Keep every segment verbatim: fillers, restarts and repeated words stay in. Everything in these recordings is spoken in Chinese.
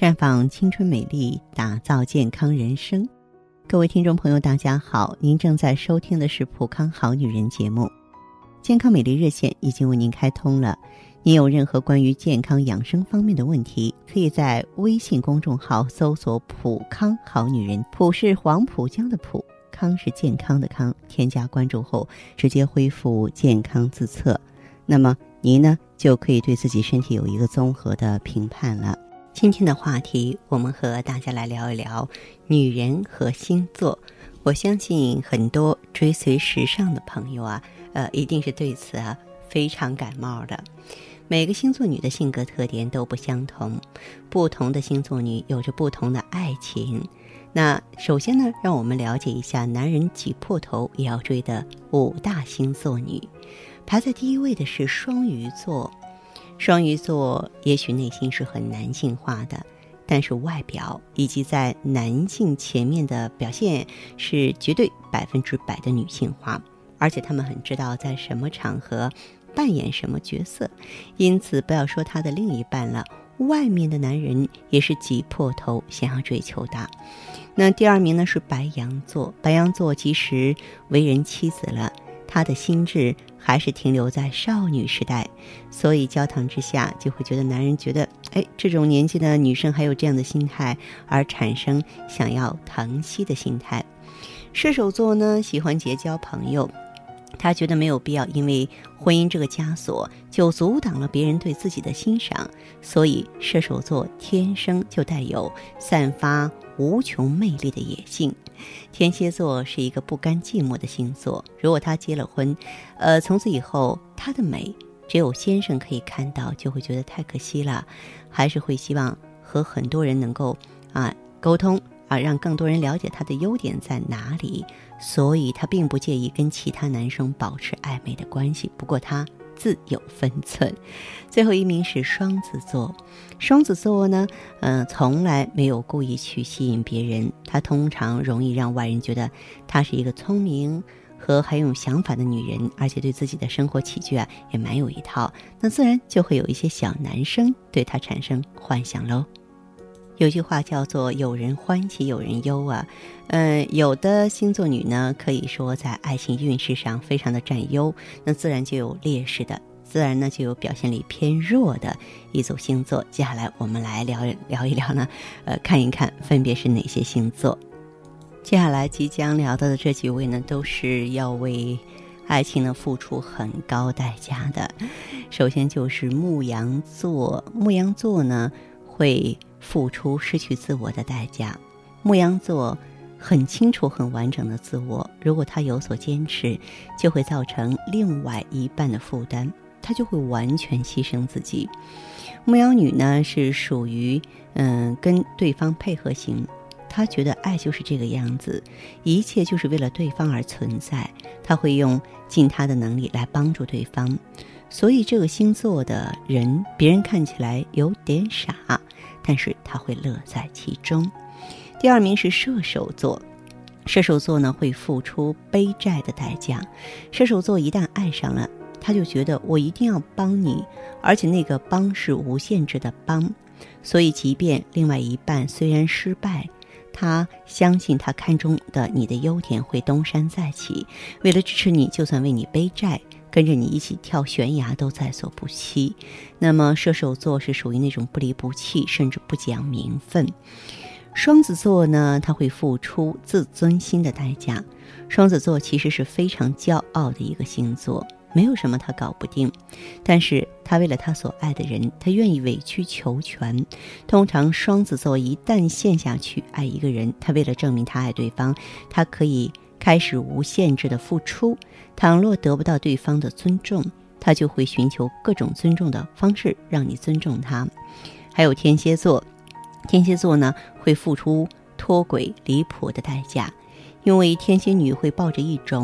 绽放青春美丽，打造健康人生。各位听众朋友大家好，您正在收听的是普康好女人节目。健康美丽热线已经为您开通了，您有任何关于健康养生方面的问题，可以在微信公众号搜索普康好女人，普是黄浦江的浦，康是健康的康，添加关注后直接恢复健康自测，那么您呢就可以对自己身体有一个综合的评判了。今天的话题，我们和大家来聊一聊女人和星座。我相信很多追随时尚的朋友啊，呃，一定是对此啊非常感冒的。每个星座女的性格特点都不相同，不同的星座女有着不同的爱情。那首先呢，让我们了解一下男人挤破头也要追的五大星座女。排在第一位的是双鱼座。双鱼座也许内心是很男性化的，但是外表以及在男性前面的表现是绝对百分之百的女性化，而且他们很知道在什么场合扮演什么角色，因此不要说他的另一半了，外面的男人也是挤破头想要追求的。那第二名呢是白羊座。白羊座即使为人妻子了，他的心智还是停留在少女时代，所以交谈之下就会觉得男人觉得哎，这种年纪的女生还有这样的心态，而产生想要疼惜的心态。射手座呢喜欢结交朋友，他觉得没有必要因为婚姻这个枷锁就阻挡了别人对自己的欣赏，所以射手座天生就带有散发无穷魅力的野性。天蝎座是一个不甘寂寞的星座，如果他结了婚，呃，从此以后他的美只有先生可以看到，就会觉得太可惜了，还是会希望和很多人能够啊沟通啊，让更多人了解他的优点在哪里，所以他并不介意跟其他男生保持暧昧的关系，不过他自有分寸。最后一名是双子座。双子座呢，呃，从来没有故意去吸引别人，他通常容易让外人觉得她是一个聪明和很有想法的女人，而且对自己的生活起居啊也蛮有一套，那自然就会有一些小男生对她产生幻想喽。有句话叫做有人欢喜有人忧啊，呃，有的星座女呢可以说在爱情运势上非常的占优，那自然就有劣势的，自然呢就有表现力偏弱的一组星座。接下来我们来聊聊一聊呢，呃，看一看分别是哪些星座。接下来即将聊到的这几位呢，都是要为爱情呢付出很高代价的。首先就是牧羊座。牧羊座呢会付出失去自我的代价。牧羊座很清楚很完整的自我，如果他有所坚持，就会造成另外一半的负担，他就会完全牺牲自己。牧羊女呢是属于嗯跟对方配合型，她觉得爱就是这个样子，一切就是为了对方而存在，她会用尽她的能力来帮助对方。所以这个星座的人，别人看起来有点傻，但是他会乐在其中。第二名是射手座。射手座呢会付出背债的代价。射手座一旦爱上了，他就觉得我一定要帮你，而且那个帮是无限制的帮。所以即便另外一半虽然失败，他相信他看中的你的优点会东山再起，为了支持你，就算为你背债，跟着你一起跳悬崖都在所不惜。那么射手座是属于那种不离不弃，甚至不讲名分。双子座呢，他会付出自尊心的代价。双子座其实是非常骄傲的一个星座，没有什么他搞不定，但是他为了他所爱的人，他愿意委曲求全。通常双子座一旦陷下去爱一个人，他为了证明他爱对方，他可以开始无限制的付出。倘若得不到对方的尊重，他就会寻求各种尊重的方式让你尊重他。还有天蝎座。天蝎座呢会付出脱轨离谱的代价，因为天蝎女会抱着一种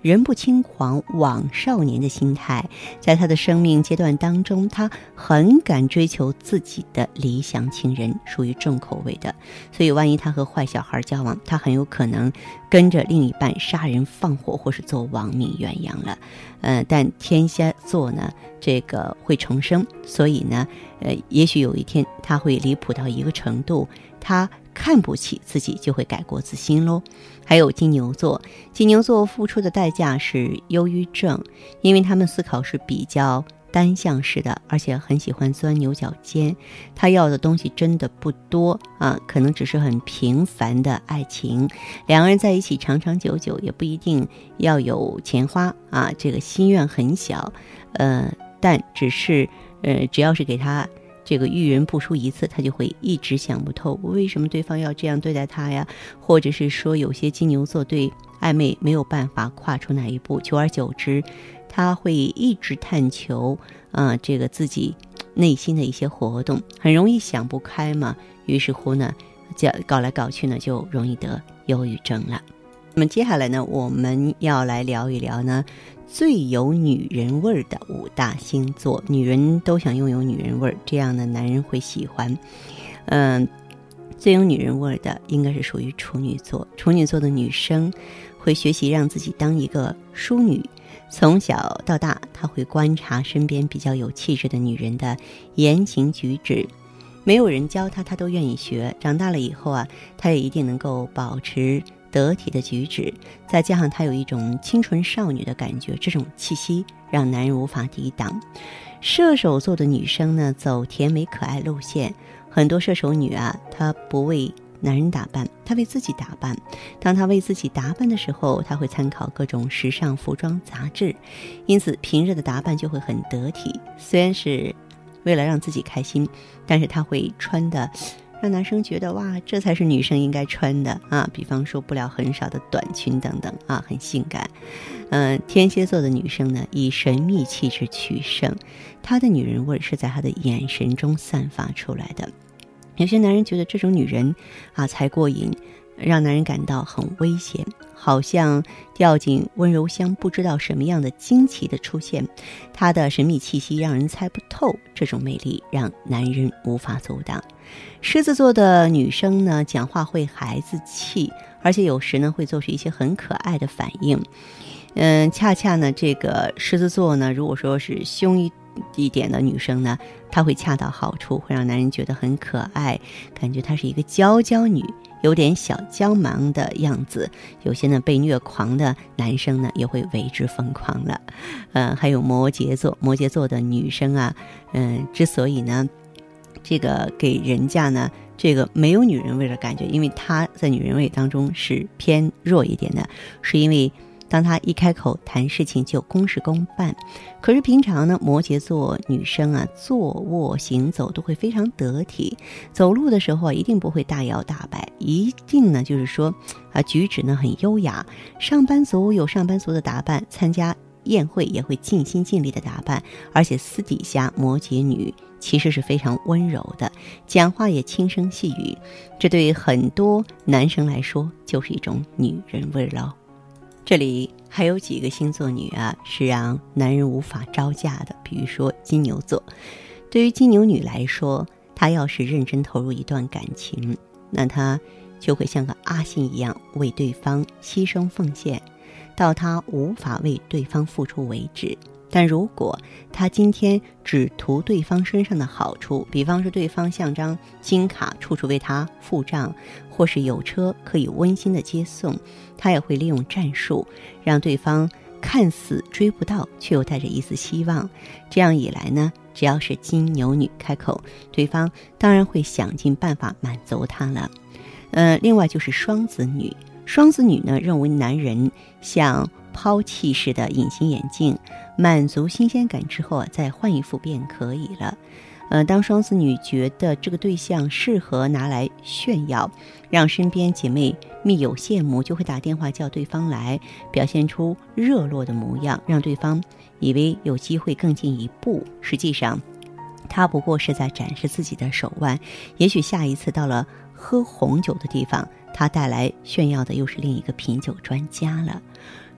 人不轻狂枉少年的心态，在他的生命阶段当中，他很敢追求自己的理想情人，属于重口味的。所以万一他和坏小孩交往，他很有可能跟着另一半杀人放火，或是做亡命鸳鸯了。呃，但天蝎座呢，这个会重生，所以呢，呃，也许有一天他会离谱到一个程度，他看不起自己，就会改过自新喽。还有金牛座，金牛座付出的代价是忧郁症，因为他们思考是比较单向式的，而且很喜欢钻牛角尖。他要的东西真的不多啊，可能只是很平凡的爱情，两个人在一起长长久久，也不一定要有钱花啊，这个心愿很小，呃，但只是呃，只要是给他这个遇人不淑一次，他就会一直想不透为什么对方要这样对待他呀，或者是说有些金牛座对暧昧没有办法跨出那一步，久而久之他会一直探求啊、呃，这个自己内心的一些活动，很容易想不开嘛，于是乎呢搞来搞去呢就容易得忧郁症了。那么接下来呢，我们要来聊一聊呢最有女人味的五大星座。女人都想拥有女人味，这样的男人会喜欢。嗯，最有女人味的应该是属于处女座。处女座的女生会学习让自己当一个淑女，从小到大她会观察身边比较有气质的女人的言行举止，没有人教她，她都愿意学。长大了以后啊，她也一定能够保持得体的举止，再加上她有一种清纯少女的感觉，这种气息让男人无法抵挡。射手座的女生呢，走甜美可爱路线，很多射手女啊，她不为男人打扮，她为自己打扮。当她为自己打扮的时候，她会参考各种时尚服装杂志，因此平日的打扮就会很得体。虽然是为了让自己开心，但是她会穿的让男生觉得哇，这才是女生应该穿的啊！比方说布料很少的短裙等等啊，很性感。嗯、呃，天蝎座的女生呢，以神秘气质取胜，她的女人味是在她的眼神中散发出来的。有些男人觉得这种女人啊才过瘾，让男人感到很危险，好像掉进温柔乡，不知道什么样的惊奇的出现。她的神秘气息让人猜不透，这种魅力让男人无法阻挡。狮子座的女生呢，讲话会孩子气，而且有时呢会做出一些很可爱的反应。嗯，恰恰呢这个狮子座呢，如果说是凶一一点的女生呢，她会恰到好处，会让男人觉得很可爱，感觉她是一个娇娇女，有点小娇蛮的样子。有些呢被虐狂的男生呢也会为之疯狂了。呃，还有摩羯座，摩羯座的女生啊，嗯、呃，之所以呢这个给人家呢这个没有女人味的感觉，因为她在女人味当中是偏弱一点的，是因为当她一开口谈事情就公事公办。可是平常呢，摩羯座女生啊，坐卧行走都会非常得体，走路的时候啊，一定不会大摇大摆，一定呢就是说啊，举止呢很优雅。上班族有上班族的打扮，参加宴会也会尽心尽力的打扮，而且私底下摩羯女其实是非常温柔的，讲话也轻声细语，这对于很多男生来说就是一种女人味喽。这里还有几个星座女啊，是让男人无法招架的，比如说金牛座。对于金牛女来说，她要是认真投入一段感情，那她就会像个阿信一样为对方牺牲奉献，到她无法为对方付出为止。但如果他今天只图对方身上的好处，比方说对方像张金卡，处处为他付账，或是有车可以温馨的接送，他也会利用战术让对方看似追不到，却又带着一丝希望。这样一来呢，只要是金牛女开口，对方当然会想尽办法满足她了。呃，另外就是双子女，双子女呢认为男人像抛弃式的隐形眼镜，满足新鲜感之后啊，再换一副便可以了。呃，当双子女觉得这个对象适合拿来炫耀，让身边姐妹密友羡慕，就会打电话叫对方来，表现出热络的模样，让对方以为有机会更进一步。实际上他不过是在展示自己的手腕，也许下一次到了喝红酒的地方，他带来炫耀的又是另一个品酒专家了。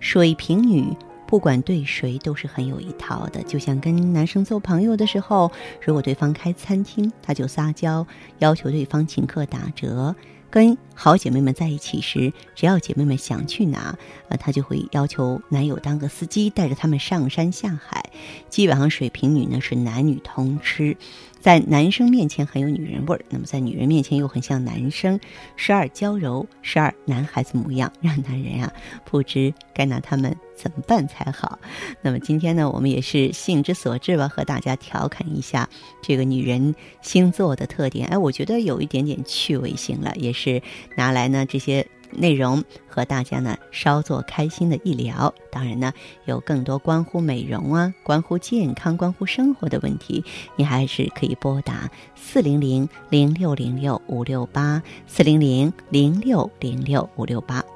水瓶女不管对谁都是很有一套的，就像跟男生做朋友的时候，如果对方开餐厅，她就撒娇，要求对方请客打折。跟好姐妹们在一起时，只要姐妹们想去哪，呃，她就会要求男友当个司机，带着她们上山下海。基本上水瓶女呢是男女通吃，在男生面前很有女人味儿，那么在女人面前又很像男生，时而娇柔，时而男孩子模样，让男人啊不知该拿他们怎么办才好。那么今天呢，我们也是兴之所至吧，和大家调侃一下这个女人星座的特点。哎，我觉得有一点点趣味性了，也是拿来呢这些内容和大家呢稍作开心的一聊。当然呢，有更多关乎美容啊、关乎健康、关乎生活的问题，你还是可以拨打四零零零六零六五六八四零零零六零六五六八。